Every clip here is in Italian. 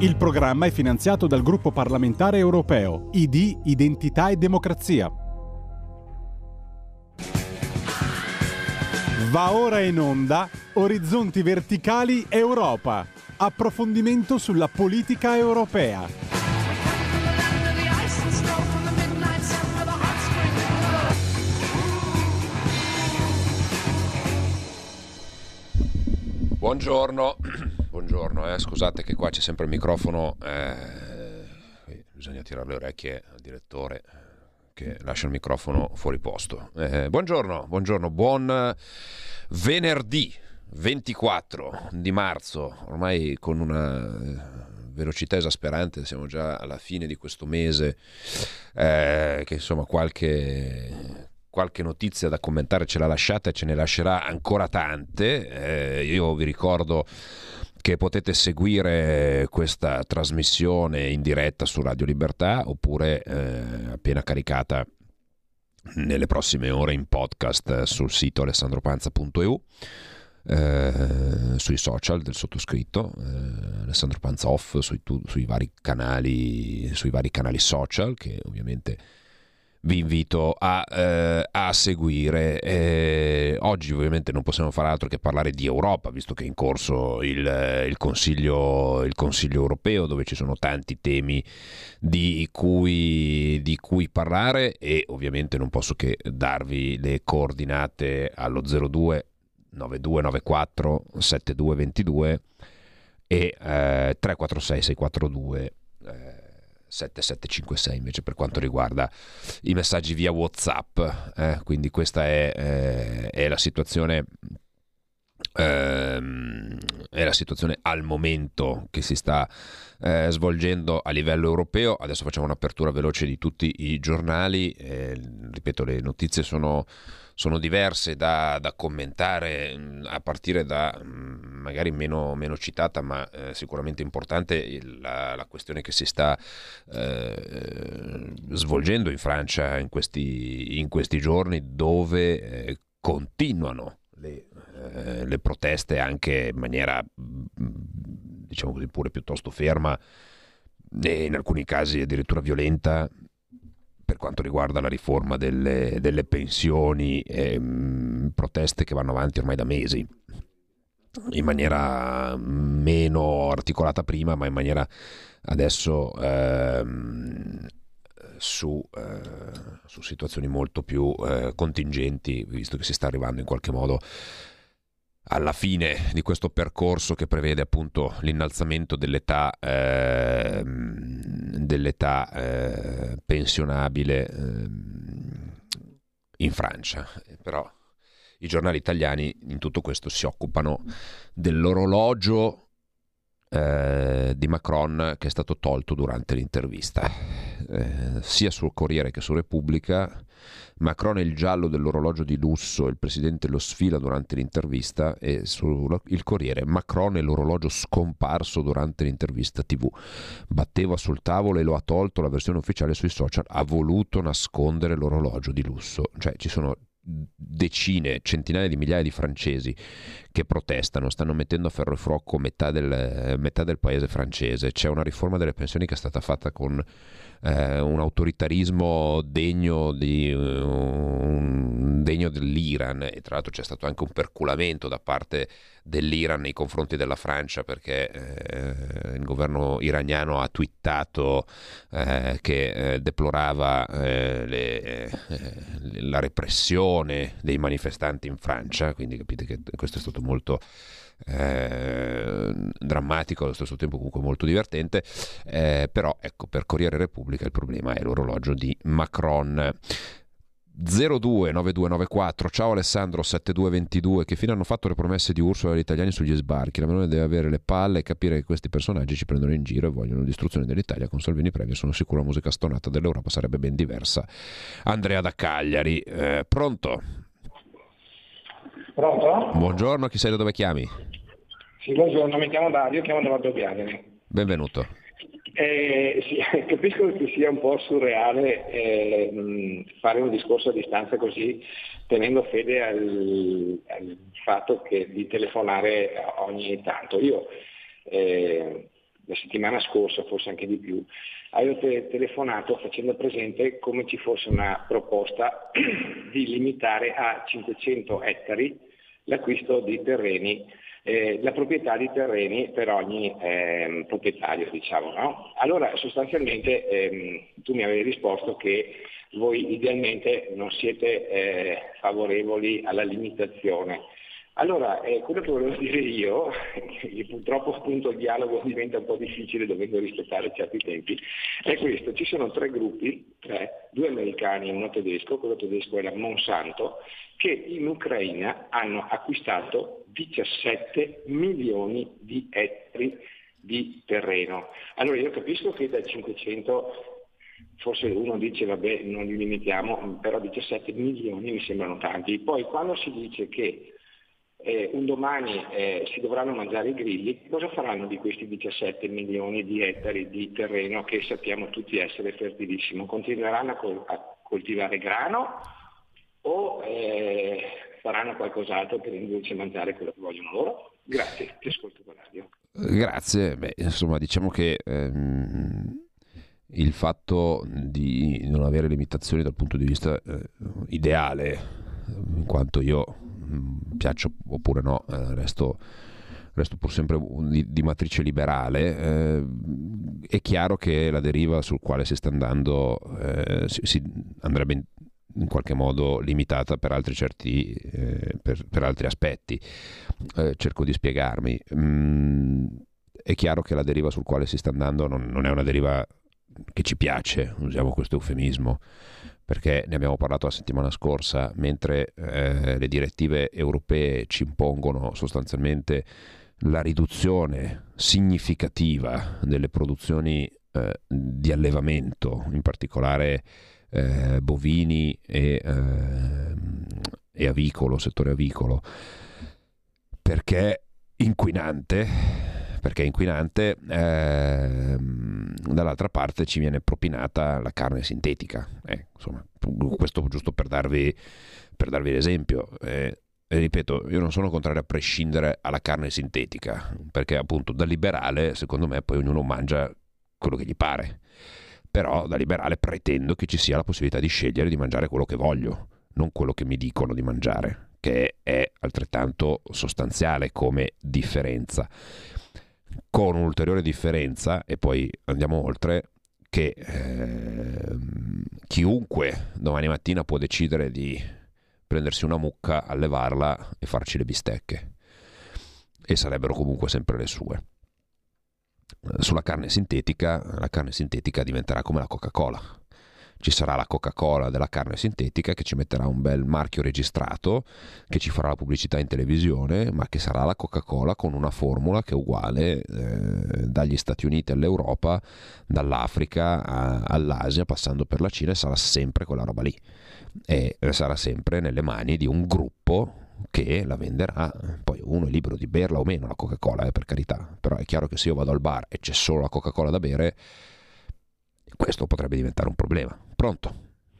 Il programma è finanziato dal gruppo parlamentare europeo ID Identità e Democrazia. Va ora in onda Orizzonti Verticali Europa. Approfondimento sulla politica europea. Buongiorno, scusate che qua c'è sempre il microfono, bisogna tirare le orecchie al direttore che lascia il microfono fuori posto. Buongiorno, buon venerdì 24 di marzo, ormai con una velocità esasperante, siamo già alla fine di questo mese, che insomma qualche notizia da commentare ce l'ha lasciata e ce ne lascerà ancora tante. Io vi ricordo che potete seguire questa trasmissione in diretta su Radio Libertà oppure appena caricata nelle prossime ore in podcast sul sito alessandropanza.eu, sui social del sottoscritto, Alessandro Panza Off, sui vari canali social che ovviamente vi invito a seguire. Oggi ovviamente non possiamo fare altro che parlare di Europa, visto che è in corso il Consiglio europeo, dove ci sono tanti temi di cui parlare, e ovviamente non posso che darvi le coordinate allo 02 9294 7222 e 346 642 7756 invece per quanto riguarda i messaggi via WhatsApp. Quindi questa è la situazione, al momento che si sta svolgendo a livello europeo. Adesso facciamo un'apertura veloce di tutti i giornali. Ripeto, le notizie sono diverse da commentare, a partire da magari meno citata ma sicuramente importante, la questione che si sta svolgendo in Francia in questi giorni, dove continuano le proteste anche in maniera, diciamo così, pure piuttosto ferma e in alcuni casi addirittura violenta, per quanto riguarda la riforma delle pensioni, proteste che vanno avanti ormai da mesi, in maniera meno articolata prima, ma in maniera adesso su situazioni molto più contingenti, visto che si sta arrivando in qualche modo alla fine di questo percorso che prevede appunto l'innalzamento dell'età pensionabile in Francia. Però i giornali italiani in tutto questo si occupano dell'orologio di Macron, che è stato tolto durante l'intervista. Sia sul Corriere che su Repubblica, Macron è il giallo dell'orologio di lusso, il presidente lo sfila durante l'intervista, e sul Corriere, Macron è l'orologio scomparso durante l'intervista TV, batteva sul tavolo e lo ha tolto, la versione ufficiale sui social, ha voluto nascondere l'orologio di lusso. Cioè ci sono decine, centinaia di migliaia di francesi che protestano, stanno mettendo a ferro e fuoco metà del paese francese. C'è una riforma delle pensioni che è stata fatta con un autoritarismo degno dell'Iran, e tra l'altro c'è stato anche un perculamento da parte dell'Iran nei confronti della Francia, perché il governo iraniano ha twittato che deplorava la repressione dei manifestanti in Francia. Quindi capite che questo è stato molto drammatico, allo stesso tempo comunque molto divertente. Però ecco, per Corriere Repubblica il problema è l'orologio di Macron. 029294, ciao Alessandro 7222, che fine hanno fatto le promesse di Ursula agli italiani sugli sbarchi? La Meloni deve avere le palle e capire che questi personaggi ci prendono in giro e vogliono la distruzione dell'Italia. Con Salvini Premier sono sicuro la musica stonata dell'Europa sarebbe ben diversa. Andrea da Cagliari. Pronto? Buongiorno, chi sei, da dove chiami? Sì, buongiorno, mi chiamo Dario, chiamo da Valdobbiadene. Benvenuto. Sì, capisco che sia un po' surreale fare un discorso a distanza così, tenendo fede al fatto di telefonare ogni tanto. Io la settimana scorsa, forse anche di più, avevo telefonato facendo presente come ci fosse una proposta di limitare a 500 ettari l'acquisto di terreni, la proprietà di terreni per ogni proprietario, diciamo, no? Allora sostanzialmente tu mi avevi risposto che voi idealmente non siete favorevoli alla limitazione. Allora, quello che volevo dire io, che purtroppo appunto il dialogo diventa un po' difficile dovendo rispettare certi tempi, è questo: ci sono 3 gruppi, 2 americani e uno tedesco, quello tedesco è la Monsanto, che in Ucraina hanno acquistato 17 milioni di ettari di terreno. Allora io capisco che da 500 forse uno dice vabbè non li limitiamo, però 17 milioni mi sembrano tanti. Poi quando si dice che un domani si dovranno mangiare i grilli, cosa faranno di questi 17 milioni di ettari di terreno che sappiamo tutti essere fertilissimo? Continueranno a coltivare grano o faranno qualcos'altro per invece mangiare quello che vogliono loro? Grazie, ti ascolto con radio. Grazie, insomma diciamo che il fatto di non avere limitazioni dal punto di vista ideale, in quanto io piaccio oppure no, resto pur sempre di matrice liberale, è chiaro che la deriva sul quale si sta andando si andrebbe in qualche modo limitata per altri per altri aspetti. Cerco di spiegarmi. È chiaro che la deriva sul quale si sta andando non è una deriva che ci piace, usiamo questo eufemismo, perché ne abbiamo parlato la settimana scorsa, mentre le direttive europee ci impongono sostanzialmente la riduzione significativa delle produzioni di allevamento, in particolare bovini e avicolo, settore avicolo, perché inquinante, dall'altra parte ci viene propinata la carne sintetica. Insomma, questo giusto per darvi l'esempio. E ripeto, io non sono contrario a prescindere alla carne sintetica, perché appunto da liberale, secondo me, poi ognuno mangia quello che gli pare. Però da liberale pretendo che ci sia la possibilità di scegliere di mangiare quello che voglio, non quello che mi dicono di mangiare, che è altrettanto sostanziale come differenza. Con un'ulteriore differenza, e poi andiamo oltre, che chiunque domani mattina può decidere di prendersi una mucca, allevarla e farci le bistecche, e sarebbero comunque sempre le sue. Sulla carne sintetica, la carne sintetica diventerà come la Coca-Cola. Ci sarà la Coca-Cola della carne sintetica che ci metterà un bel marchio registrato, che ci farà la pubblicità in televisione, ma che sarà la Coca-Cola con una formula che è uguale dagli Stati Uniti all'Europa, dall'Africa all'Asia, passando per la Cina, e sarà sempre quella roba lì. E sarà sempre nelle mani di un gruppo che la venderà. Poi uno è libero di berla o meno la Coca-Cola, per carità, però è chiaro che se io vado al bar e c'è solo la Coca-Cola da bere, questo potrebbe diventare un problema. Pronto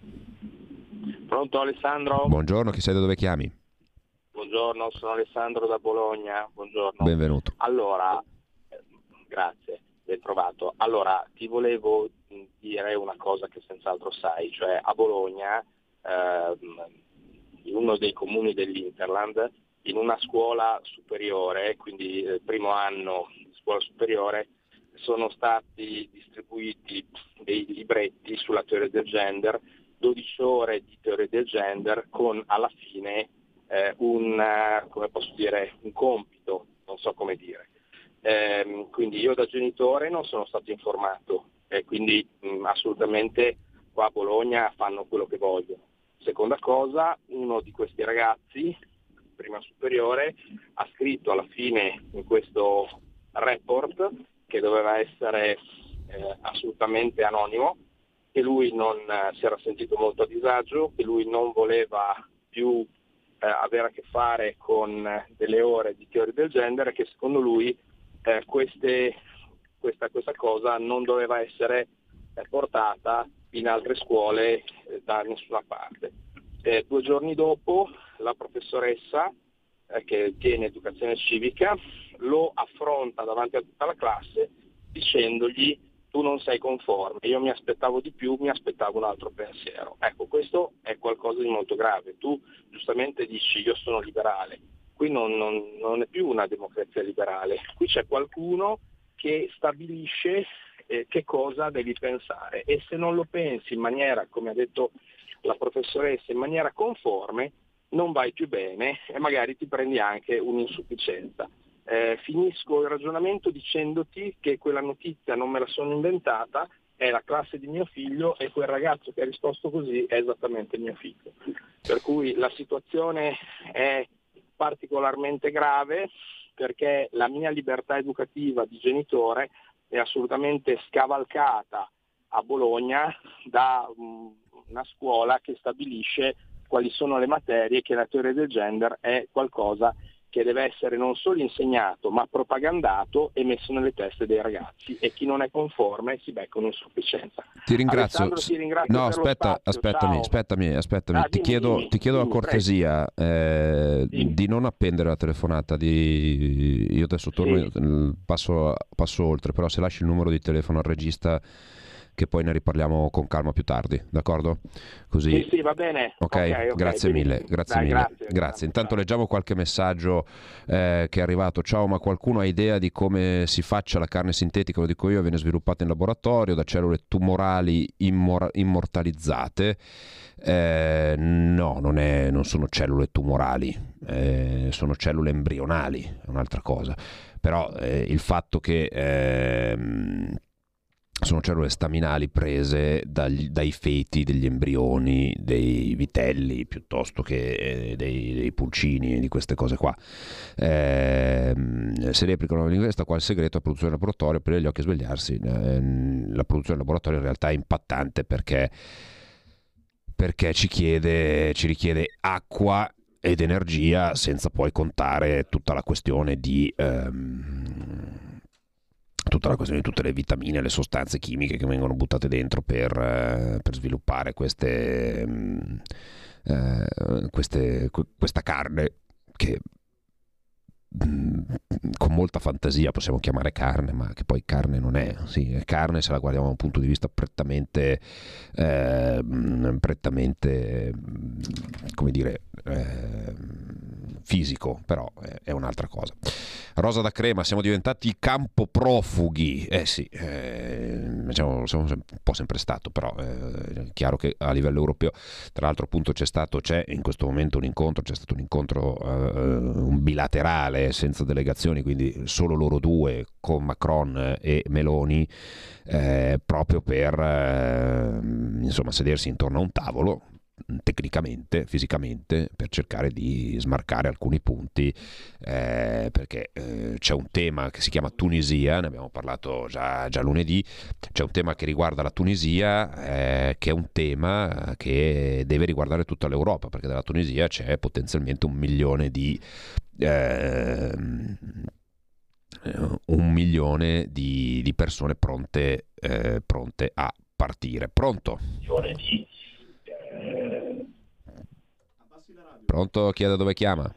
Alessandro? Buongiorno, chi sei, da dove chiami? Buongiorno, sono Alessandro da Bologna. Buongiorno. Benvenuto. Allora, grazie, ben trovato. Allora, ti volevo dire una cosa che senz'altro sai, cioè a Bologna, in uno dei comuni dell'Interland, in una scuola superiore, quindi primo anno di scuola superiore, sono stati distribuiti dei libretti sulla teoria del gender, 12 ore di teoria del gender con alla fine un compito, non so come dire. Quindi io da genitore non sono stato informato e quindi assolutamente qua a Bologna fanno quello che vogliono. Seconda cosa, uno di questi ragazzi, prima superiore, ha scritto alla fine in questo report, che doveva essere assolutamente anonimo, che lui non si era sentito molto a disagio, che lui non voleva più avere a che fare con delle ore di teoria del genere, che secondo lui questa cosa non doveva essere portata in altre scuole da nessuna parte. 2 giorni dopo la professoressa che tiene educazione civica lo affronta davanti a tutta la classe dicendogli: tu non sei conforme, io mi aspettavo di più, mi aspettavo un altro pensiero. Ecco, questo è qualcosa di molto grave. Tu giustamente dici: io sono liberale. Qui non è più una democrazia liberale, qui c'è qualcuno che stabilisce che cosa devi pensare, e se non lo pensi in maniera, come ha detto la professoressa, in maniera conforme, non vai più bene e magari ti prendi anche un'insufficienza. Finisco il ragionamento dicendoti che quella notizia non me la sono inventata, è la classe di mio figlio, e quel ragazzo che ha risposto così è esattamente mio figlio. Per cui la situazione è particolarmente grave, perché la mia libertà educativa di genitore è assolutamente scavalcata a Bologna da una scuola che stabilisce quali sono le materie, che la teoria del gender è qualcosa che deve essere non solo insegnato ma propagandato e messo nelle teste dei ragazzi, e chi non è conforme si becca un'insufficienza. Ti ringrazio. Alessandro, ti ringrazio No, per lo spazio. aspettami. Ti Dimmi, chiedo la cortesia di non appendere la telefonata. Io adesso torno, passo oltre, però se lasci il numero di telefono al regista, che poi ne riparliamo con calma più tardi, d'accordo? Così. Sì, va bene. Ok, grazie mille. Grazie. Intanto ciao. leggiamo qualche messaggio che è arrivato. Ciao, ma qualcuno ha idea di come si faccia la carne sintetica? Lo dico io, viene sviluppata in laboratorio da cellule tumorali immortalizzate. No, non sono cellule tumorali, sono cellule embrionali, è un'altra cosa. Però il fatto che sono cellule staminali prese dai feti degli embrioni, dei vitelli, piuttosto che dei pulcini, di queste cose qua. Se replicano l'inglese, qua il segreto è la produzione in laboratorio, per gli occhi a svegliarsi. La produzione in laboratorio in realtà è impattante perché ci richiede acqua ed energia, senza poi contare tutta la questione di tutte le vitamine, le sostanze chimiche che vengono buttate dentro per sviluppare questa carne che con molta fantasia possiamo chiamare carne, ma che poi carne non è. Sì, è carne se la guardiamo da un punto di vista prettamente come dire, fisico, però è un'altra cosa. Rosa da Crema, siamo diventati campoprofughi. Sì, siamo un po' sempre stato, però è chiaro che a livello europeo, tra l'altro appunto c'è in questo momento c'è stato un incontro un bilaterale senza delegazioni, quindi solo loro due con Macron e Meloni, proprio per insomma sedersi intorno a un tavolo, tecnicamente, fisicamente, per cercare di smarcare alcuni punti, perché c'è un tema che si chiama Tunisia, ne abbiamo parlato già lunedì. C'è un tema che riguarda la Tunisia, che è un tema che deve riguardare tutta l'Europa, perché dalla Tunisia c'è potenzialmente 1 milione di persone pronte a partire. Pronto? Pronto? Chi è, da dove chiama?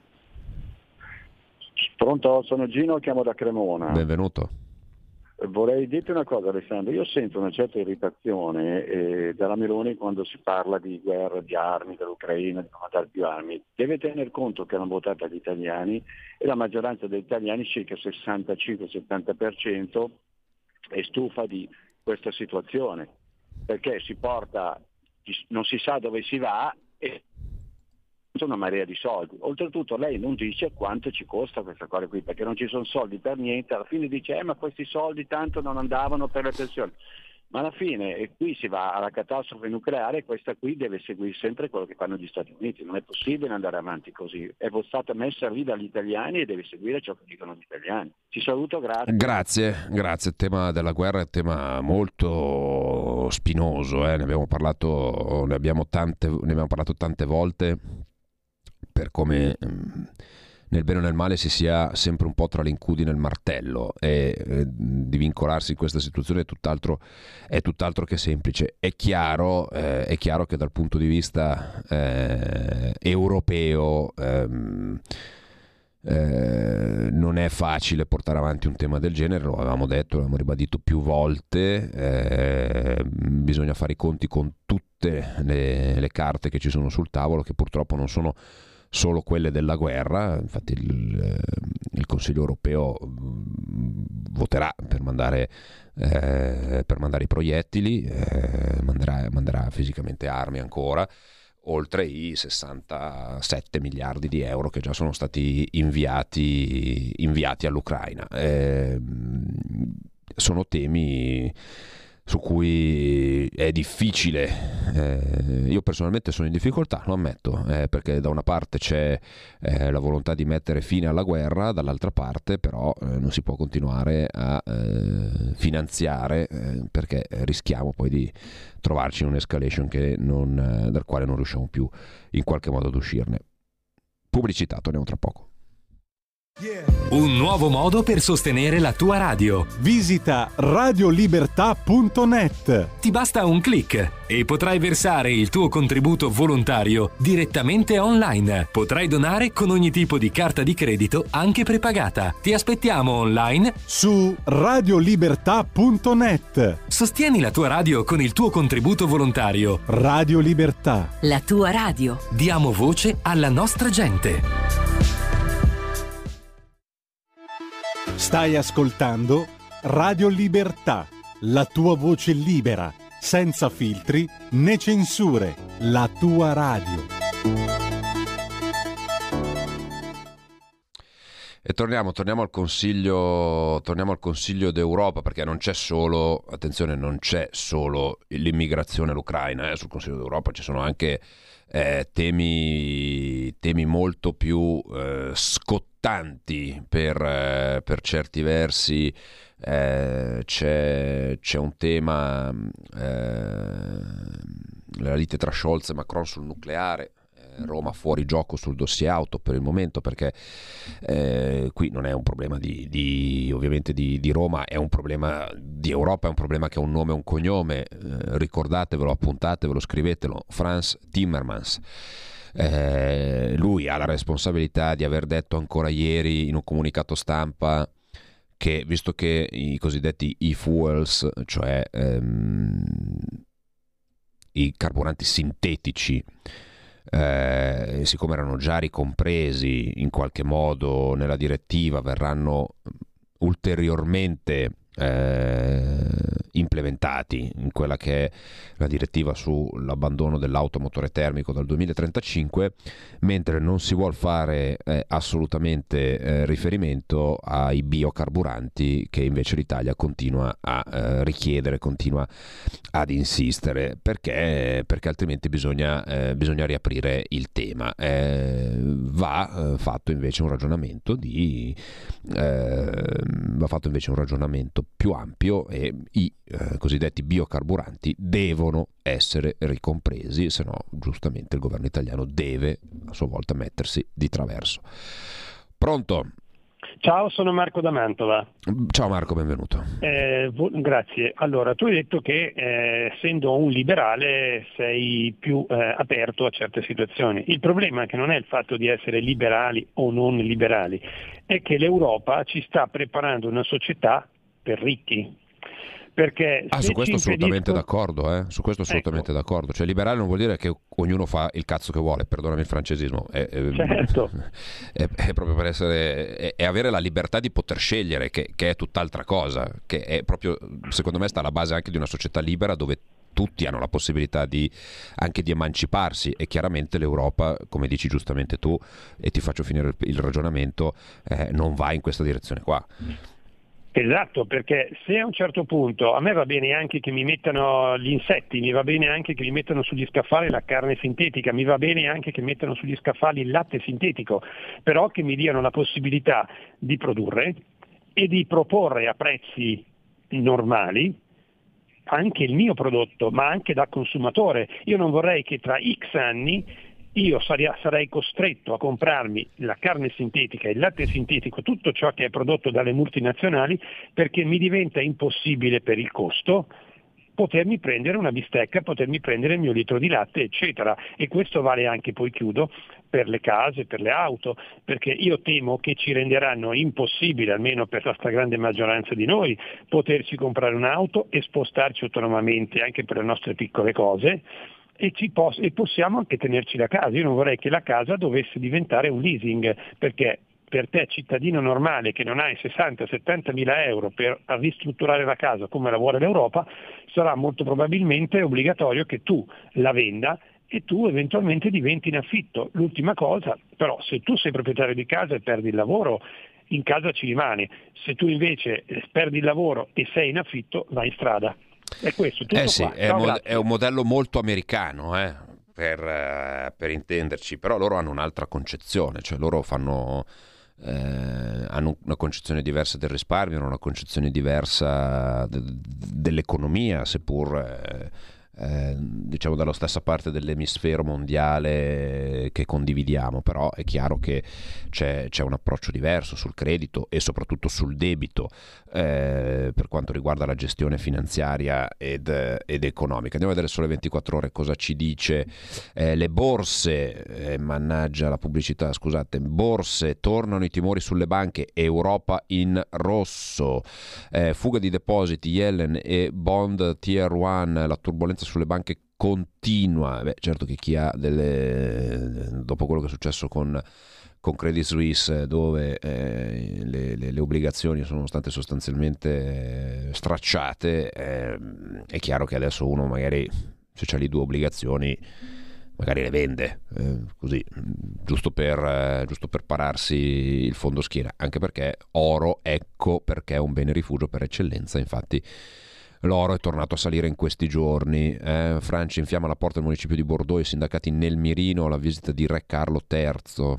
Pronto, sono Gino, chiamo da Cremona. Benvenuto. Vorrei dirti una cosa, Alessandro, io sento una certa irritazione dalla Meloni quando si parla di guerra, di armi, dell'Ucraina, di mandare più armi. Deve tener conto che hanno votato gli italiani e la maggioranza degli italiani, circa il 65-70%, è stufa di questa situazione, perché non si sa dove si va e una marea di soldi. Oltretutto lei non dice quanto ci costa questa cosa qui, perché non ci sono soldi per niente. Alla fine dice ma questi soldi tanto non andavano per le pensioni, ma alla fine qui si va alla catastrofe nucleare e questa qui deve seguire sempre quello che fanno gli Stati Uniti. Non è possibile andare avanti così, è stata messa lì dagli italiani e deve seguire ciò che dicono gli italiani. Ti saluto, grazie. Il tema della guerra è un tema molto spinoso, ne abbiamo parlato tante volte, per come nel bene o nel male si sia sempre un po' tra l'incudine e il martello, e di vincolarsi in questa situazione è tutt'altro che semplice. È chiaro che dal punto di vista europeo Non è facile portare avanti un tema del genere, lo avevamo detto, l'abbiamo ribadito più volte, bisogna fare i conti con tutte le carte che ci sono sul tavolo, che purtroppo non sono solo quelle della guerra. Infatti il Consiglio europeo voterà per mandare i proiettili, manderà fisicamente armi ancora, oltre i 67 miliardi di euro che già sono stati inviati all'Ucraina. Sono temi su cui è difficile, io personalmente sono in difficoltà, lo ammetto, perché da una parte c'è la volontà di mettere fine alla guerra, dall'altra parte però non si può continuare a finanziare, perché rischiamo poi di trovarci in un'escalation dal quale non riusciamo più in qualche modo ad uscirne. Pubblicità, torniamo tra poco. Un nuovo modo per sostenere la tua radio. Visita radiolibertà.net. Ti basta un click e potrai versare il tuo contributo volontario direttamente online. Potrai donare con ogni tipo di carta di credito, anche prepagata. Ti aspettiamo online su radiolibertà.net. Sostieni la tua radio con il tuo contributo volontario. Radio Libertà. La tua radio. Diamo voce alla nostra gente. Stai ascoltando Radio Libertà, la tua voce libera, senza filtri né censure, la tua radio. E torniamo al Consiglio d'Europa, perché non c'è solo, attenzione, non c'è solo l'immigrazione all'Ucraina, sul Consiglio d'Europa ci sono anche temi molto più scottanti per certi versi. C'è un tema, la lite tra Scholz e Macron sul nucleare. Roma fuori gioco sul dossier auto per il momento, perché qui non è un problema ovviamente di Roma, è un problema di Europa, è un problema che ha un nome e un cognome. Ricordatevelo, appuntatevelo, scrivetelo: Frans Timmermans. Lui ha la responsabilità di aver detto ancora ieri in un comunicato stampa che, visto che i cosiddetti e-fuels, cioè i carburanti sintetici, siccome erano già ricompresi in qualche modo nella direttiva, verranno ulteriormente implementati in quella che è la direttiva sull'abbandono dell'automotore termico dal 2035, mentre non si vuol fare assolutamente riferimento ai biocarburanti, che invece l'Italia continua a richiedere, continua ad insistere, perché fatto invece un ragionamento più ampio, e i cosiddetti biocarburanti devono essere ricompresi, se no giustamente il governo italiano deve a sua volta mettersi di traverso. Pronto? Ciao, sono Marco da Mantova. Ciao Marco, benvenuto. Grazie. Allora, tu hai detto che essendo un liberale sei più aperto a certe situazioni. Il problema è che non è il fatto di essere liberali o non liberali, è che l'Europa ci sta preparando una società per ricchi. Perché su questo assolutamente d'accordo, su questo assolutamente d'accordo. Cioè liberale non vuol dire che ognuno fa il cazzo che vuole, perdonami il francesismo, certo. È proprio per è avere la libertà di poter scegliere, che è tutt'altra cosa, che è proprio, secondo me, sta alla base anche di una società libera, dove tutti hanno la possibilità anche di emanciparsi, e chiaramente l'Europa, come dici giustamente tu, e ti faccio finire il ragionamento, non va in questa direzione qua. Esatto, perché se a un certo punto a me va bene anche che mi mettano gli insetti, mi va bene anche che mi mettano sugli scaffali la carne sintetica, mi va bene anche che mettano sugli scaffali il latte sintetico, però che mi diano la possibilità di produrre e di proporre a prezzi normali anche il mio prodotto, ma anche da consumatore. Io non vorrei che tra X anni io sarei costretto a comprarmi la carne sintetica, il latte sintetico, tutto ciò che è prodotto dalle multinazionali, perché mi diventa impossibile per il costo potermi prendere una bistecca, potermi prendere il mio litro di latte, eccetera. E questo vale anche, poi chiudo, per le case, per le auto, perché io temo che ci renderanno impossibile, almeno per la stragrande maggioranza di noi, poterci comprare un'auto e spostarci autonomamente anche per le nostre piccole cose, e possiamo anche tenerci la casa. Io non vorrei che la casa dovesse diventare un leasing, perché per te cittadino normale che non hai 60-70 mila euro per ristrutturare la casa come la vuole l'Europa, sarà molto probabilmente obbligatorio che tu la venda e tu eventualmente diventi in affitto. L'ultima cosa, però, se tu sei proprietario di casa e perdi il lavoro, in casa ci rimani. Se tu invece perdi il lavoro e sei in affitto, vai in strada. È questo, tutto sì, qua. è un modello molto americano, per intenderci, però loro hanno un'altra concezione, cioè loro hanno una concezione diversa del risparmio, hanno una concezione diversa dell'economia, seppur diciamo dalla stessa parte dell'emisfero mondiale che condividiamo, però è chiaro che c'è un approccio diverso sul credito e soprattutto sul debito per quanto riguarda la gestione finanziaria ed economica. Andiamo a vedere Sole 24 Ore cosa ci dice. Le borse, mannaggia la pubblicità, scusate, borse, tornano i timori sulle banche, Europa in rosso, fuga di depositi, Yellen e bond tier 1, la turbolenza sulle banche continua. Certo che chi ha dopo quello che è successo con Credit Suisse, dove le obbligazioni sono state sostanzialmente stracciate, è chiaro che adesso uno magari, se c'ha lì 2 obbligazioni, magari le vende, così, giusto per pararsi il fondo schiena, anche perché oro, ecco perché è un bene rifugio per eccellenza. Infatti l'oro è tornato a salire in questi giorni. Francia infiamma la porta del municipio di Bordeaux, i sindacati nel mirino alla visita di Re Carlo III.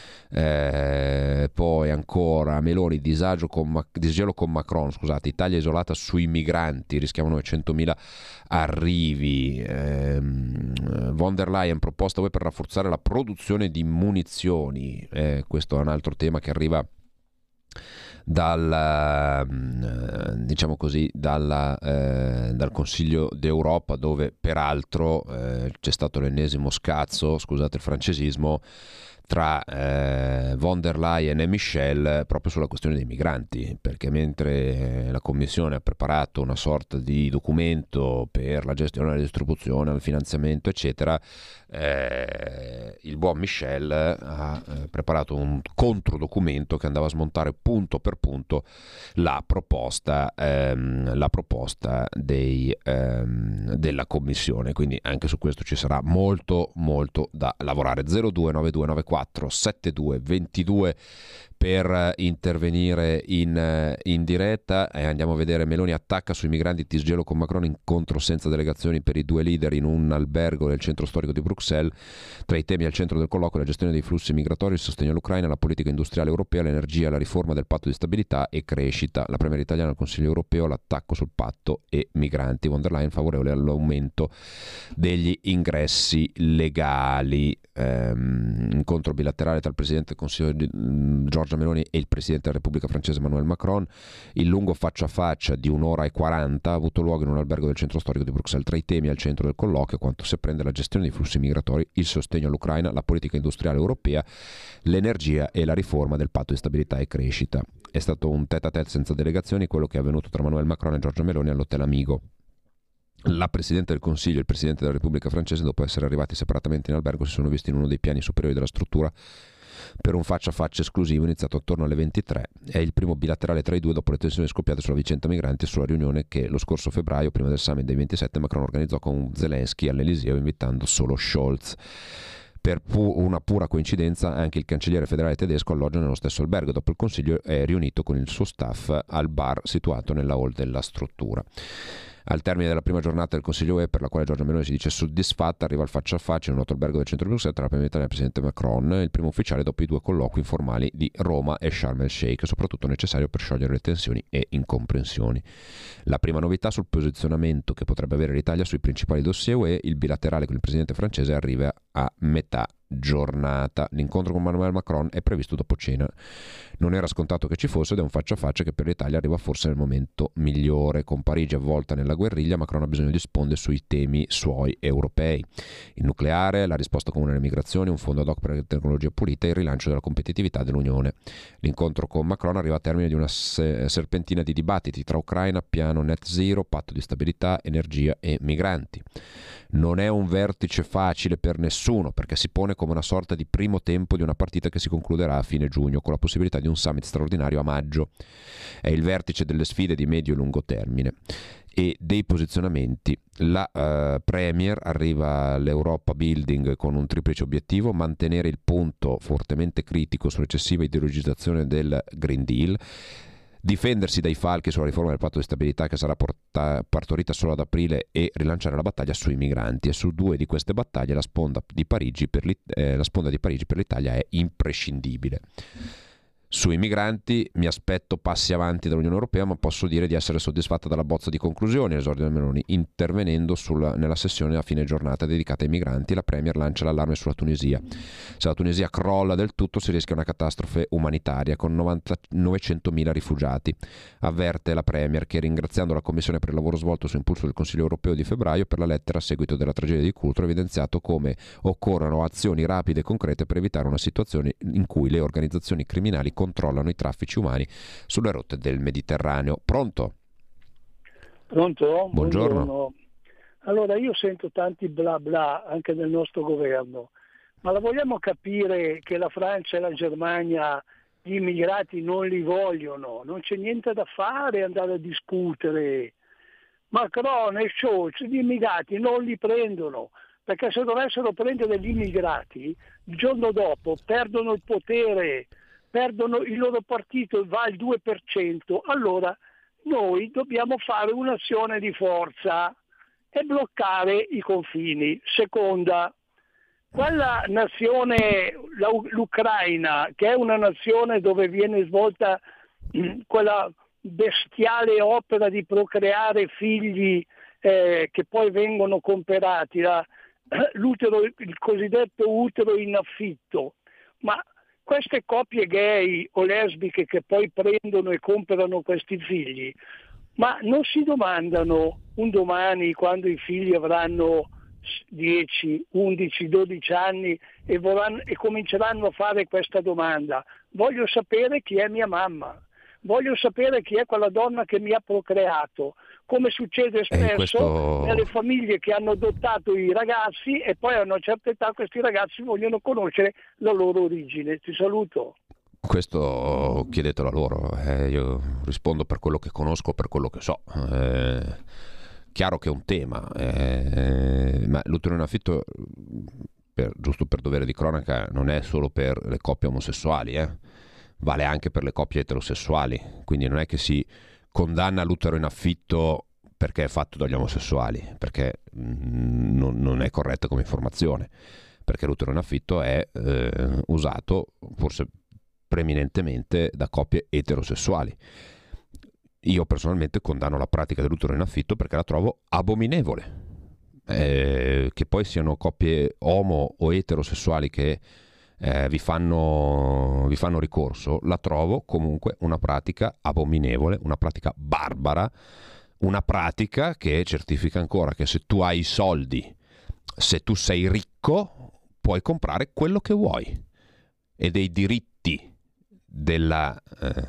Poi ancora Meloni, disgelo con Macron, scusate, Italia isolata sui migranti, rischiamo 900.000 arrivi. Von der Leyen, proposta per rafforzare la produzione di munizioni, questo è un altro tema che arriva dal Consiglio d'Europa, dove peraltro c'è stato l'ennesimo scazzo, scusate il francesismo, tra von der Leyen e Michel proprio sulla questione dei migranti, perché mentre la Commissione ha preparato una sorta di documento per la gestione, la distribuzione, il finanziamento eccetera, il buon Michel ha preparato un controdocumento che andava a smontare punto per punto la proposta della Commissione, quindi anche su questo ci sarà molto molto da lavorare. 029294 7222 per intervenire in diretta, e andiamo a vedere. Meloni attacca sui migranti, disgelo con Macron, incontro senza delegazioni per i 2 leader in un albergo del centro storico di Bruxelles. Tra i temi al centro del colloquio la gestione dei flussi migratori, il sostegno all'Ucraina, la politica industriale europea, l'energia, la riforma del patto di stabilità e crescita. La premier italiana al Consiglio europeo, l'attacco sul patto e migranti. Von der Leyen favorevole all'aumento degli ingressi legali. Incontro bilaterale tra il Presidente del Consiglio Giorgia Meloni e il Presidente della Repubblica francese Emmanuel Macron. Il lungo faccia a faccia di 1 ora e 40 ha avuto luogo in un albergo del centro storico di Bruxelles. Tra i temi al centro del colloquio quanto si apprende la gestione dei flussi migratori, il sostegno all'Ucraina, la politica industriale europea, l'energia e la riforma del patto di stabilità e crescita. È stato un tête-à-tête senza delegazioni quello che è avvenuto tra Emmanuel Macron e Giorgia Meloni all'Hotel Amigo. La Presidente del Consiglio e il Presidente della Repubblica francese, dopo essere arrivati separatamente in albergo, si sono visti in uno dei piani superiori della struttura per un faccia a faccia esclusivo iniziato attorno alle 23. È il primo bilaterale tra i due dopo le tensioni scoppiate sulla vicenda migranti e sulla riunione che lo scorso febbraio, prima del summit dei 27, Macron organizzò con Zelensky all'Eliseo, invitando solo Scholz. Per una pura coincidenza anche il cancelliere federale tedesco alloggia nello stesso albergo. Dopo il Consiglio è riunito con il suo staff al bar situato nella hall della struttura. Al termine della prima giornata del Consiglio UE, per la quale Giorgia Meloni si dice soddisfatta, arriva il faccia a faccia in un noto albergo del centro di Bruxelles tra la prima Italia e il Presidente Macron, il primo ufficiale dopo i 2 colloqui informali di Roma e Sharm el Sheikh, soprattutto necessario per sciogliere le tensioni e incomprensioni. La prima novità sul posizionamento che potrebbe avere l'Italia sui principali dossier UE, il bilaterale con il Presidente francese arriva a metà giornata. L'incontro con Emmanuel Macron è previsto dopo cena. Non era scontato che ci fosse ed è un faccia a faccia che per l'Italia arriva forse nel momento migliore. Con Parigi avvolta nella guerriglia, Macron ha bisogno di sponde sui temi suoi europei: il nucleare, la risposta comune alle migrazioni, un fondo ad hoc per le tecnologie pulite e il rilancio della competitività dell'Unione. L'incontro con Macron arriva a termine di una serpentina di dibattiti tra Ucraina, piano net zero, patto di stabilità, energia e migranti. Non è un vertice facile per nessuno, perché si pone come una sorta di primo tempo di una partita che si concluderà a fine giugno, con la possibilità di un summit straordinario a maggio. È il vertice delle sfide di medio e lungo termine e dei posizionamenti. La Premier arriva all'Europa Building con un triplice obiettivo: mantenere il punto fortemente critico sull'eccessiva ideologizzazione del Green Deal, difendersi dai falchi sulla riforma del patto di stabilità che sarà partorita solo ad aprile e rilanciare la battaglia sui migranti. E su due di queste battaglie la sponda di Parigi per l'Italia è imprescindibile. Sui migranti mi aspetto passi avanti dall'Unione Europea, ma posso dire di essere soddisfatta dalla bozza di conclusioni. Esordio del Meloni, intervenendo nella sessione a fine giornata dedicata ai migranti, la Premier lancia l'allarme sulla Tunisia. Se la Tunisia crolla del tutto si rischia una catastrofe umanitaria con 900.000 rifugiati. Avverte la Premier che, ringraziando la Commissione per il lavoro svolto su impulso del Consiglio Europeo di febbraio per la lettera a seguito della tragedia di Cutro, ha evidenziato come occorrano azioni rapide e concrete per evitare una situazione in cui le organizzazioni criminali controllano i traffici umani sulle rotte del Mediterraneo. Pronto? Pronto? Buongiorno. Allora, io sento tanti bla bla anche del nostro governo, ma la vogliamo capire che la Francia e la Germania gli immigrati non li vogliono? Non c'è niente da fare, andare a discutere. Macron e Scholz gli immigrati non li prendono, perché se dovessero prendere gli immigrati, il giorno dopo perdono il potere, perdono il loro partito, va al 2%, allora noi dobbiamo fare un'azione di forza e bloccare i confini. Seconda, quella nazione, l'Ucraina, che è una nazione dove viene svolta quella bestiale opera di procreare figli che poi vengono comperati, l'utero, il cosiddetto utero in affitto, ma queste coppie gay o lesbiche che poi prendono e comprano questi figli, ma non si domandano un domani, quando i figli avranno 10, 11, 12 anni e cominceranno a fare questa domanda: voglio sapere chi è mia mamma, voglio sapere chi è quella donna che mi ha procreato, come succede spesso nelle famiglie che hanno adottato i ragazzi e poi a una certa età questi ragazzi vogliono conoscere la loro origine. Ti saluto. Questo chiedetelo a loro, io rispondo per quello che conosco, per quello che so. Chiaro che è un tema, ma l'utero in affitto, giusto per dovere di cronaca, non è solo per le coppie omosessuali, vale anche per le coppie eterosessuali, quindi non è che si condanna l'utero in affitto perché è fatto dagli omosessuali, perché non è corretta come informazione, perché l'utero in affitto è usato forse preminentemente da coppie eterosessuali. Io personalmente condanno la pratica dell'utero in affitto perché la trovo abominevole. Che poi siano coppie omo o eterosessuali che vi fanno ricorso, la trovo comunque una pratica abominevole, una pratica barbara, una pratica che certifica ancora che se tu hai i soldi, se tu sei ricco, puoi comprare quello che vuoi, e dei diritti della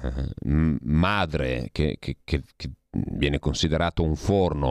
madre che viene considerato un forno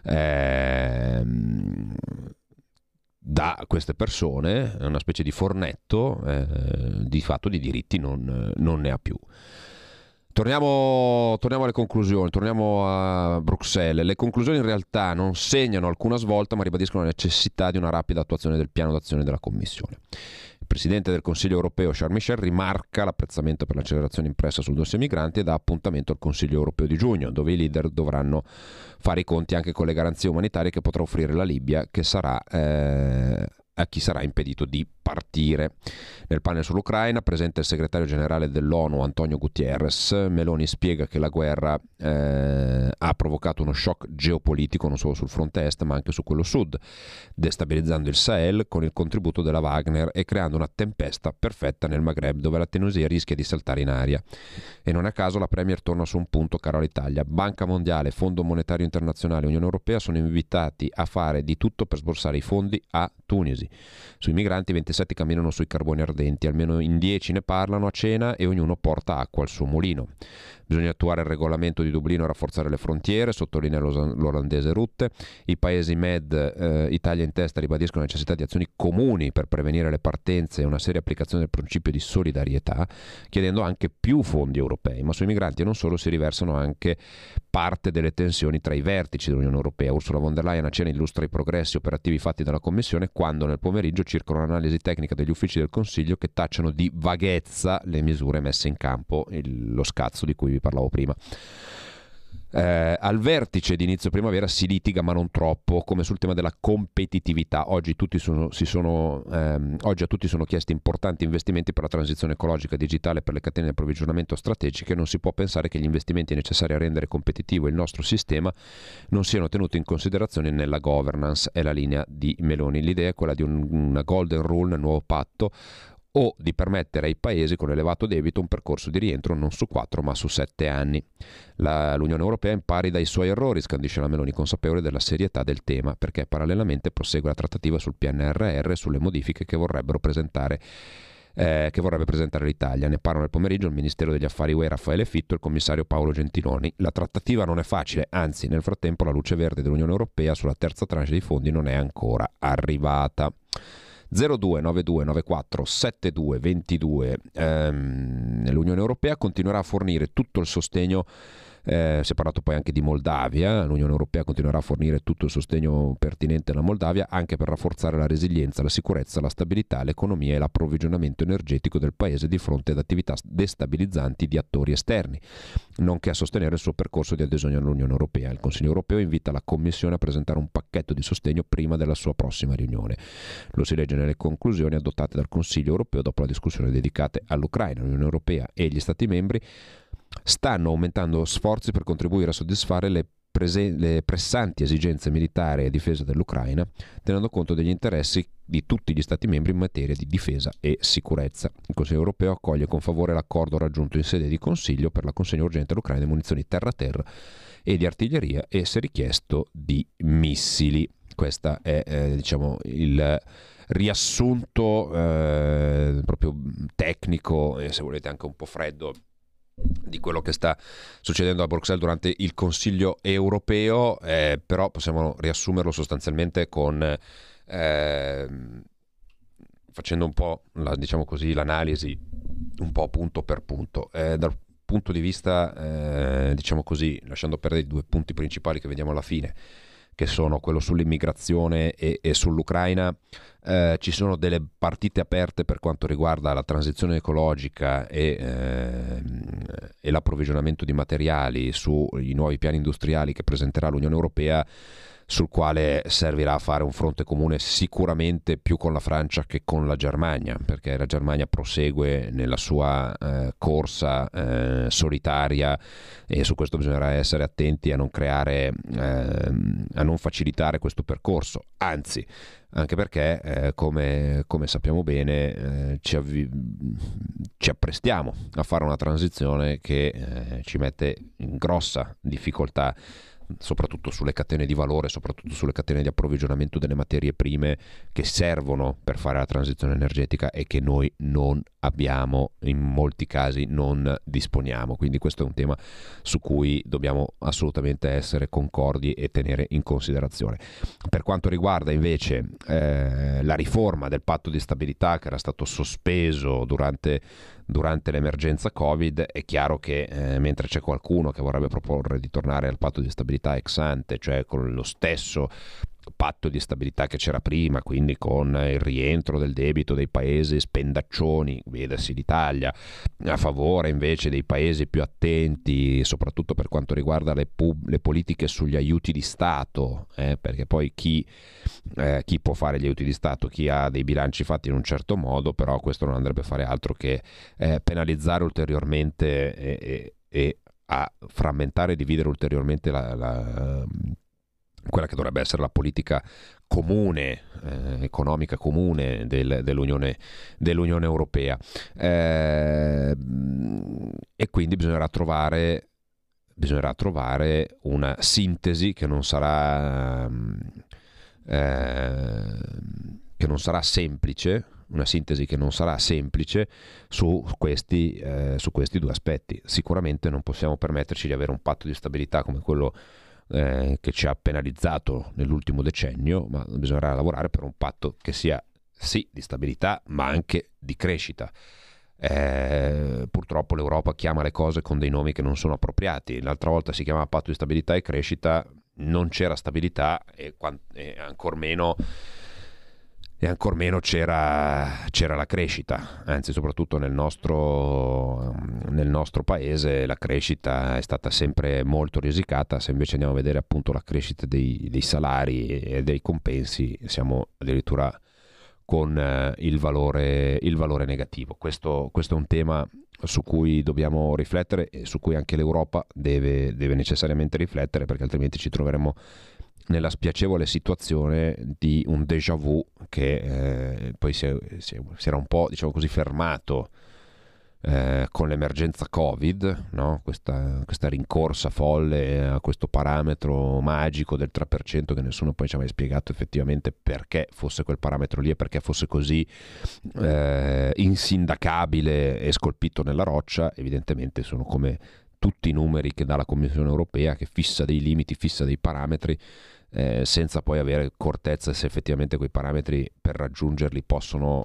da queste persone, una specie di fornetto, di fatto di diritti non ne ha più. Torniamo alle conclusioni, torniamo a Bruxelles. Le conclusioni in realtà non segnano alcuna svolta, ma ribadiscono la necessità di una rapida attuazione del piano d'azione della Commissione. Il Presidente del Consiglio europeo, Charles Michel, rimarca l'apprezzamento per l'accelerazione impressa sul dossier migranti e dà appuntamento al Consiglio europeo di giugno, dove i leader dovranno fare i conti anche con le garanzie umanitarie che potrà offrire la Libia, che sarà a chi sarà impedito di partire. Nel panel sull'Ucraina presente il segretario generale dell'ONU Antonio Guterres. Meloni spiega che la guerra ha provocato uno shock geopolitico non solo sul fronte est ma anche su quello sud, destabilizzando il Sahel con il contributo della Wagner e creando una tempesta perfetta nel Maghreb, dove la Tunisia rischia di saltare in aria. E non a caso la Premier torna su un punto caro all'Italia. Banca Mondiale, Fondo Monetario Internazionale, Unione Europea sono invitati a fare di tutto per sborsare i fondi a Tunisi. Sui migranti 27 camminano sui carboni ardenti, almeno in 10 ne parlano a cena e ognuno porta acqua al suo mulino. Bisogna attuare il regolamento di Dublino e rafforzare le frontiere, sottolinea l'olandese Rutte. I paesi Med, Italia in testa, ribadiscono la necessità di azioni comuni per prevenire le partenze e una seria applicazione del principio di solidarietà, chiedendo anche più fondi europei. Ma sui migranti e non solo si riversano anche parte delle tensioni tra i vertici dell'Unione Europea. Ursula von der Leyen a cena illustra i progressi operativi fatti dalla Commissione, quando nel pomeriggio circola un'analisi tecnica degli uffici del Consiglio che tacciano di vaghezza le misure messe in campo, lo scazzo di cui vi parlavo prima. Al vertice di inizio primavera si litiga, ma non troppo, come sul tema della competitività. Oggi a tutti sono chiesti importanti investimenti per la transizione ecologica e digitale, per le catene di approvvigionamento strategiche. Non si può pensare che gli investimenti necessari a rendere competitivo il nostro sistema non siano tenuti in considerazione nella governance. È la linea di Meloni. L'idea è quella di una golden rule nel nuovo patto, o di permettere ai paesi con elevato debito un percorso di rientro non su 4 ma su 7 anni. L'Unione Europea impari dai suoi errori, scandisce la Meloni, consapevole della serietà del tema, perché parallelamente prosegue la trattativa sul PNRR e sulle modifiche che vorrebbe presentare l'Italia. Ne parlano nel pomeriggio il Ministero degli Affari UE Raffaele Fitto e il commissario Paolo Gentiloni. La trattativa non è facile, anzi nel frattempo la luce verde dell'Unione Europea sulla terza tranche dei fondi non è ancora arrivata. 0292947222. L'Unione Europea continuerà a fornire tutto il sostegno. Si è parlato poi anche di Moldavia. L'Unione Europea continuerà a fornire tutto il sostegno pertinente alla Moldavia, anche per rafforzare la resilienza, la sicurezza, la stabilità, l'economia e l'approvvigionamento energetico del paese di fronte ad attività destabilizzanti di attori esterni, nonché a sostenere il suo percorso di adesione all'Unione Europea. Il Consiglio Europeo invita la Commissione a presentare un pacchetto di sostegno prima della sua prossima riunione. Lo si legge nelle conclusioni adottate dal Consiglio Europeo dopo la discussione dedicata all'Ucraina. L'Unione Europea e gli Stati membri stanno aumentando sforzi per contribuire a soddisfare le pressanti esigenze militari e difesa dell'Ucraina, tenendo conto degli interessi di tutti gli Stati membri in materia di difesa e sicurezza. Il Consiglio Europeo accoglie con favore l'accordo raggiunto in sede di Consiglio per la consegna urgente all'Ucraina di munizioni terra-terra e di artiglieria e, se richiesto, di missili. Questo è il riassunto proprio tecnico e, se volete, anche un po' freddo di quello che sta succedendo a Bruxelles durante il Consiglio Europeo, però possiamo riassumerlo sostanzialmente con facendo un po' l'analisi un po' punto per punto. Dal punto di vista, lasciando perdere i due punti principali che vediamo alla fine, che sono quello sull'immigrazione e sull'Ucraina, ci sono delle partite aperte per quanto riguarda la transizione ecologica e l'approvvigionamento di materiali sui nuovi piani industriali che presenterà l'Unione Europea, sul quale servirà a fare un fronte comune sicuramente più con la Francia che con la Germania, perché la Germania prosegue nella sua corsa solitaria, e su questo bisognerà essere attenti a non creare, a non facilitare questo percorso, anzi, anche perché come sappiamo bene ci apprestiamo a fare una transizione che ci mette in grossa difficoltà, soprattutto sulle catene di valore, soprattutto sulle catene di approvvigionamento delle materie prime che servono per fare la transizione energetica e che noi non abbiamo, in molti casi non disponiamo. Quindi questo è un tema su cui dobbiamo assolutamente essere concordi e tenere in considerazione. Per quanto riguarda invece la riforma del patto di stabilità, che era stato sospeso durante l'emergenza Covid, è chiaro che mentre c'è qualcuno che vorrebbe proporre di tornare al patto di stabilità ex ante, cioè con lo stesso patto di stabilità che c'era prima, quindi con il rientro del debito dei paesi spendaccioni, vedasi l'Italia, a favore invece dei paesi più attenti, soprattutto per quanto riguarda le politiche sugli aiuti di Stato, perché poi chi può fare gli aiuti di Stato? Chi ha dei bilanci fatti in un certo modo, però questo non andrebbe a fare altro che penalizzare ulteriormente e a frammentare e dividere ulteriormente quella che dovrebbe essere la politica comune, economica comune dell'Unione Europea. E quindi bisognerà trovare una sintesi che non sarà semplice, su questi due aspetti. Sicuramente non possiamo permetterci di avere un patto di stabilità come quello che ci ha penalizzato nell'ultimo decennio, ma bisognerà lavorare per un patto che sia sì di stabilità ma anche di crescita. Purtroppo l'Europa chiama le cose con dei nomi che non sono appropriati. L'altra volta si chiamava patto di stabilità e crescita, non c'era stabilità e ancor meno c'era la crescita, anzi soprattutto nel nostro paese la crescita è stata sempre molto risicata. Se invece andiamo a vedere appunto la crescita dei salari e dei compensi, siamo addirittura con il valore negativo. Questo è un tema su cui dobbiamo riflettere e su cui anche l'Europa deve necessariamente riflettere, perché altrimenti ci troveremo nella spiacevole situazione di un déjà vu che poi si era un po', diciamo così, fermato con l'emergenza Covid, no? Questa rincorsa folle a questo parametro magico del 3% che nessuno poi ci ha mai spiegato effettivamente perché fosse quel parametro lì e perché fosse così insindacabile e scolpito nella roccia. Evidentemente sono come tutti i numeri che dà la Commissione Europea, che fissa dei limiti, fissa dei parametri, senza poi avere cortezza se effettivamente quei parametri per raggiungerli possono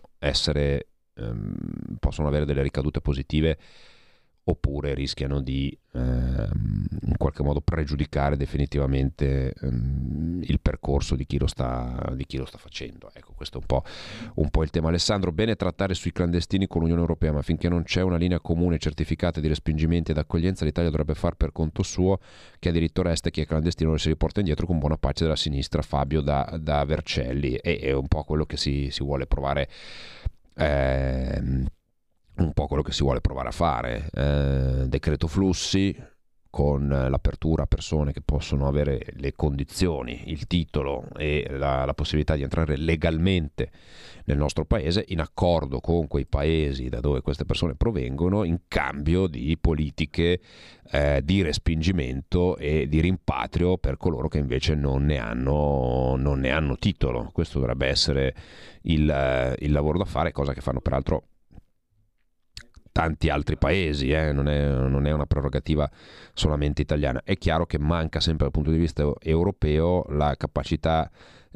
avere delle ricadute positive oppure rischiano di in qualche modo pregiudicare definitivamente il percorso di chi lo sta facendo. Ecco, questo è un po' il tema. Alessandro, bene trattare sui clandestini con l'Unione Europea, ma finché non c'è una linea comune certificata di respingimenti ed accoglienza, l'Italia dovrebbe far per conto suo. Chi ha diritto resta, chi è clandestino lo si riporta indietro, con buona pace della sinistra. Fabio da Vercelli. È un po' quello che si vuole provare un po' quello che si vuole provare a fare. Decreto flussi con l'apertura a persone che possono avere le condizioni, il titolo e la possibilità di entrare legalmente nel nostro paese, in accordo con quei paesi da dove queste persone provengono, in cambio di politiche di respingimento e di rimpatrio per coloro che invece non ne hanno titolo. Questo dovrebbe essere il lavoro da fare, cosa che fanno peraltro tanti altri paesi, non è una prerogativa solamente italiana. È chiaro che manca sempre dal punto di vista europeo la capacità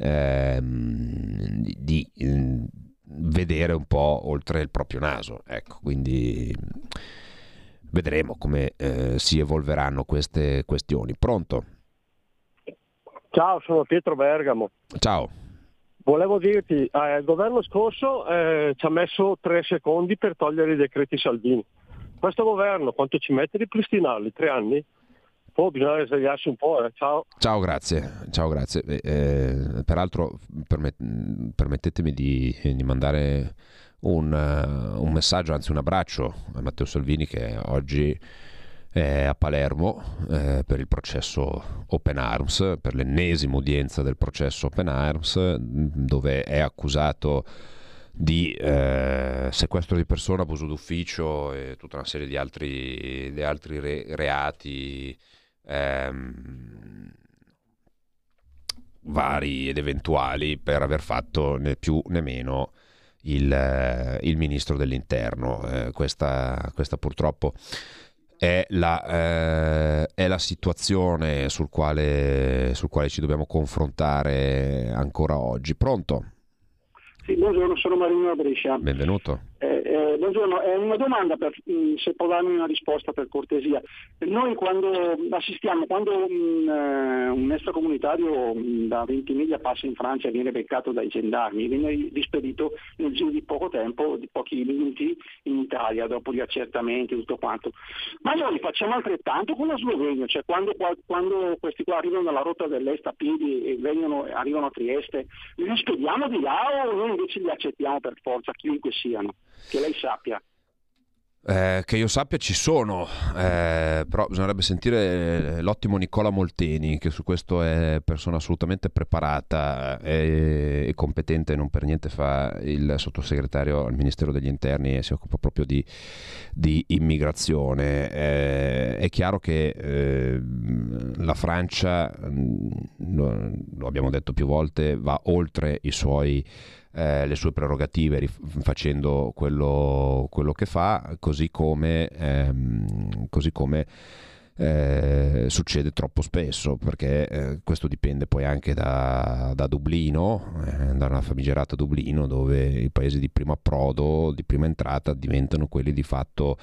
di vedere un po' oltre il proprio naso, ecco, quindi vedremo come si evolveranno queste questioni. Pronto? Ciao, sono Pietro Bergamo. Ciao. Volevo dirti, il governo scorso ci ha messo 3 secondi per togliere i decreti Salvini. Questo governo quanto ci mette a ripristinarli? 3 anni? Poi bisogna svegliarsi un po'. Ciao. Ciao, grazie. Peraltro permettetemi di mandare un messaggio, anzi un abbraccio a Matteo Salvini, che oggi è a Palermo per il processo Open Arms, per l'ennesima udienza del processo Open Arms, dove è accusato di sequestro di persona, abuso d'ufficio e tutta una serie di altri reati vari ed eventuali, per aver fatto né più né meno il ministro dell'interno. Questa purtroppo è la situazione sul quale ci dobbiamo confrontare ancora oggi. Pronto? Sì, buongiorno, sono Marino da Brescia. Benvenuto. buongiorno, è una domanda se può darmi una risposta per cortesia. Noi quando un extracomunitario da 20 miglia passa in Francia e viene beccato dai gendarmi, viene rispedito nel giro di poco tempo, di pochi minuti in Italia, dopo gli accertamenti e tutto quanto. Ma noi facciamo altrettanto con la Slovenia, cioè quando questi qua arrivano dalla rotta dell'est a piedi e arrivano a Trieste, li rispediamo di là o noi invece li accettiamo per forza, chiunque siano? Che lei sappia. Che io sappia ci sono, però bisognerebbe sentire l'ottimo Nicola Molteni, che su questo è persona assolutamente preparata e competente, non per niente fa il sottosegretario al Ministero degli Interni e si occupa proprio di immigrazione. È chiaro che la Francia, lo abbiamo detto più volte, va oltre le sue prerogative facendo quello che fa, così come succede troppo spesso, perché questo dipende poi anche da Dublino, da una famigerata Dublino, dove i paesi di primo approdo, di prima entrata diventano quelli di fatto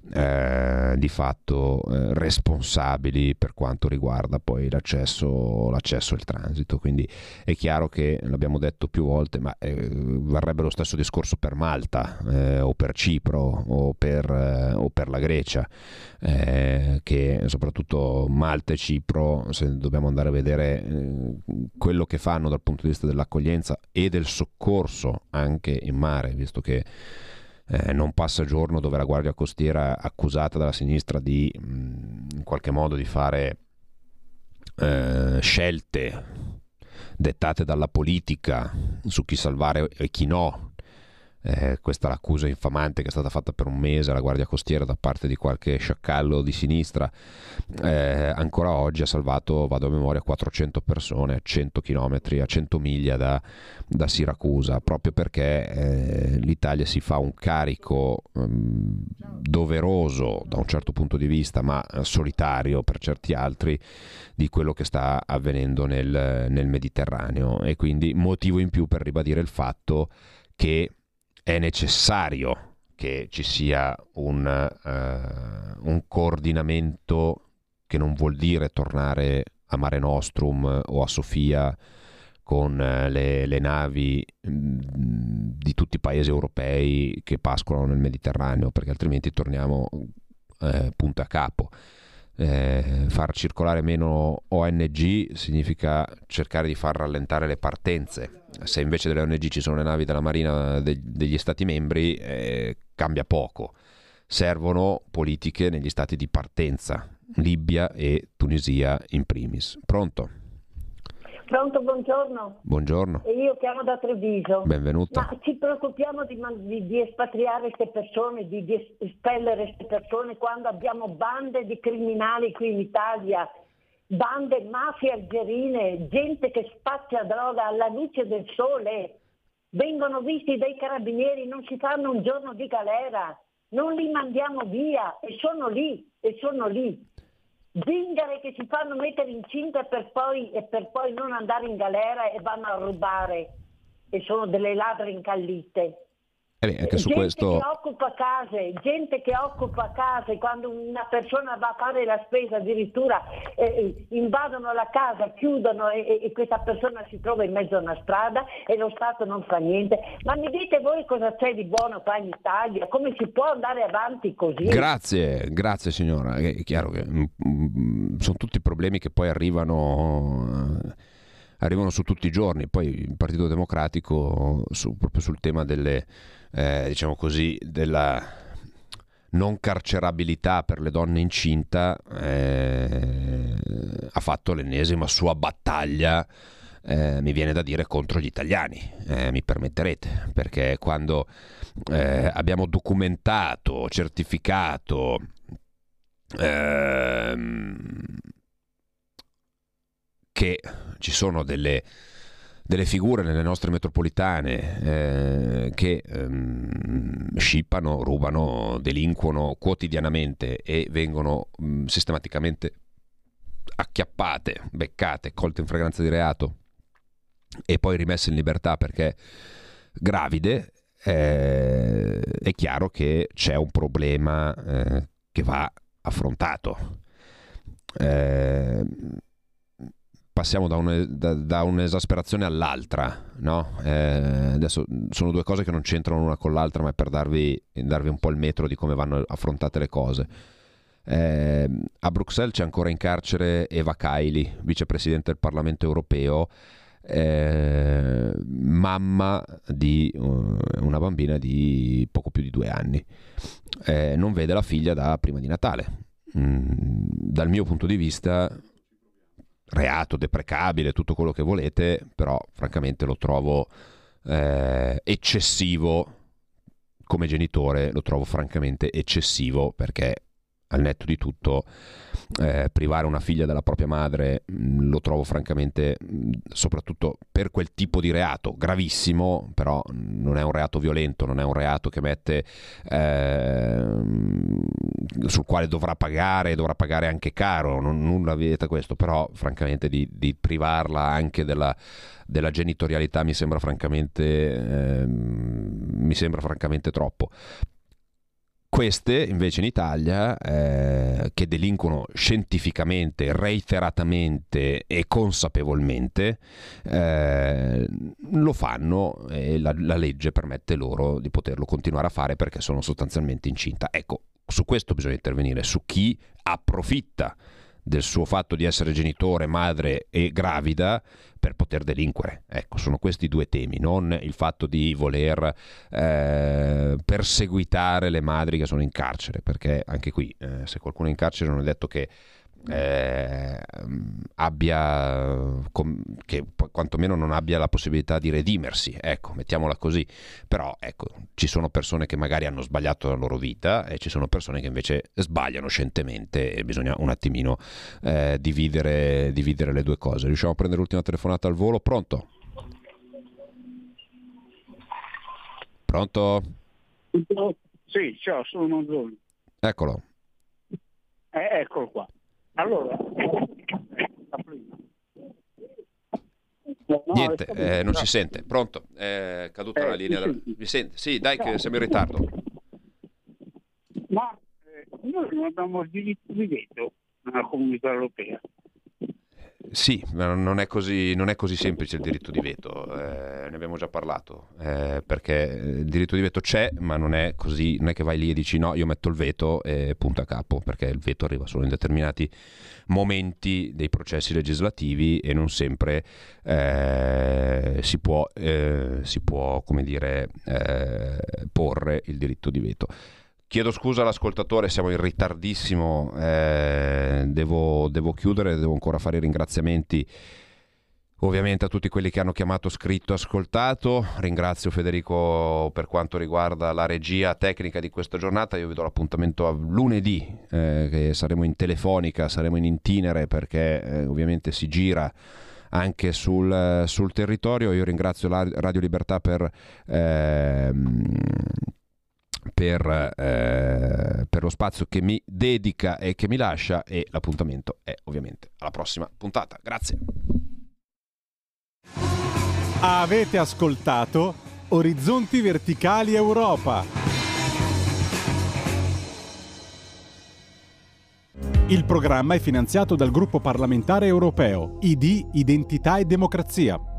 responsabili per quanto riguarda poi l'accesso e il transito. Quindi è chiaro che, l'abbiamo detto più volte, ma varrebbe lo stesso discorso per Malta o per Cipro o per la Grecia, che soprattutto Malta e Cipro, se dobbiamo andare a vedere quello che fanno dal punto di vista dell'accoglienza e del soccorso anche in mare, visto che non passa giorno dove la Guardia Costiera, accusata dalla sinistra di in qualche modo di fare scelte dettate dalla politica su chi salvare e chi no. Questa è l'accusa infamante che è stata fatta per un mese alla Guardia Costiera da parte di qualche sciacallo di sinistra. Ancora oggi ha salvato, vado a memoria, 400 persone a 100 km, a 100 miglia da Siracusa, proprio perché l'Italia si fa un carico doveroso da un certo punto di vista, ma solitario per certi altri, di quello che sta avvenendo nel Mediterraneo, e quindi motivo in più per ribadire il fatto che è necessario che ci sia un coordinamento, che non vuol dire tornare a Mare Nostrum o a Sofia con le navi di tutti i paesi europei che pascolano nel Mediterraneo, perché altrimenti torniamo punto a capo. Far circolare meno ONG significa cercare di far rallentare le partenze. Se invece delle ONG ci sono le navi della Marina degli Stati membri, cambia poco. Servono politiche negli stati di partenza, Libia e Tunisia in primis. Pronto? Pronto, buongiorno. Buongiorno. E io chiamo da Treviso. Benvenuta. Ma ci preoccupiamo di espatriare queste persone, di espellere queste persone, quando abbiamo bande di criminali qui in Italia, bande, mafie algerine, gente che spaccia droga alla luce del sole. Vengono visti dai carabinieri, non ci fanno un giorno di galera, non li mandiamo via e sono lì. Zingare che ci fanno mettere incinta per poi non andare in galera e vanno a rubare, e sono delle ladre incallite. Anche su questo... gente che occupa case, quando una persona va a fare la spesa addirittura invadono la casa, chiudono e questa persona si trova in mezzo a una strada e lo Stato non fa niente. Ma mi dite voi cosa c'è di buono qua in Italia? Come si può andare avanti così? Grazie signora. È chiaro che sono tutti problemi che poi arrivano su tutti i giorni. Poi il Partito Democratico proprio sul tema delle diciamo così, della non carcerabilità per le donne incinta ha fatto l'ennesima sua battaglia, mi viene da dire, contro gli italiani, mi permetterete, perché quando abbiamo documentato, certificato che ci sono delle figure nelle nostre metropolitane che scippano, rubano, delinquono quotidianamente e vengono sistematicamente acchiappate, beccate, colte in flagranza di reato e poi rimesse in libertà perché gravide, è chiaro che c'è un problema che va affrontato. Passiamo da un'esasperazione all'altra, no? Adesso sono due cose che non c'entrano l'una con l'altra, ma è per darvi un po' il metro di come vanno affrontate le cose. A Bruxelles c'è ancora in carcere Eva Kaili, vicepresidente del Parlamento europeo, mamma di una bambina di poco più di 2 anni. Non vede la figlia da prima di Natale. Dal mio punto di vista, reato deprecabile, tutto quello che volete, però francamente lo trovo eccessivo come genitore, lo trovo francamente eccessivo, perché al netto di tutto privare una figlia della propria madre lo trovo francamente, soprattutto per quel tipo di reato gravissimo, però non è un reato violento, non è un reato che mette sul quale dovrà pagare anche caro, nulla vieta questo, però francamente di privarla anche della genitorialità mi sembra francamente troppo. Queste invece in Italia, che delinquono scientificamente, reiteratamente e consapevolmente, lo fanno e la legge permette loro di poterlo continuare a fare perché sono sostanzialmente incinta. Ecco, su questo bisogna intervenire, su chi approfitta del suo fatto di essere genitore, madre e gravida per poter delinquere. Ecco, sono questi 2 temi, non il fatto di voler perseguitare le madri che sono in carcere, perché anche qui se qualcuno è in carcere non è detto che che quantomeno non abbia la possibilità di redimersi, ecco, mettiamola così. Però ecco, ci sono persone che magari hanno sbagliato la loro vita e ci sono persone che invece sbagliano scientemente, e bisogna un attimino dividere le due cose. Riusciamo a prendere l'ultima telefonata al volo? Pronto? Sì, ciao, sono Manzoni. Eccolo. Eccolo qua. Allora, niente, non si sente. Pronto? È caduta la linea. Mi sente? Sì, dai, che siamo in ritardo. Ma noi non abbiamo il diritto di veto nella Comunità Europea. Sì, ma non è così semplice il diritto di veto, ne abbiamo già parlato, perché il diritto di veto c'è, ma non è così, non è che vai lì e dici no, io metto il veto e punto a capo, perché il veto arriva solo in determinati momenti dei processi legislativi e non sempre si può come dire, porre il diritto di veto. Chiedo scusa all'ascoltatore, siamo in ritardissimo, devo chiudere, devo ancora fare i ringraziamenti ovviamente a tutti quelli che hanno chiamato, scritto, ascoltato. Ringrazio Federico per quanto riguarda la regia tecnica di questa giornata. Io vi do l'appuntamento a lunedì, che saremo in telefonica, saremo in itinere perché ovviamente si gira anche sul territorio. Io ringrazio la Radio Libertà per lo spazio che mi dedica e che mi lascia, e l'appuntamento è ovviamente alla prossima puntata. Grazie. Avete ascoltato Orizzonti Verticali Europa. Il programma è finanziato dal gruppo parlamentare europeo ID Identità e Democrazia.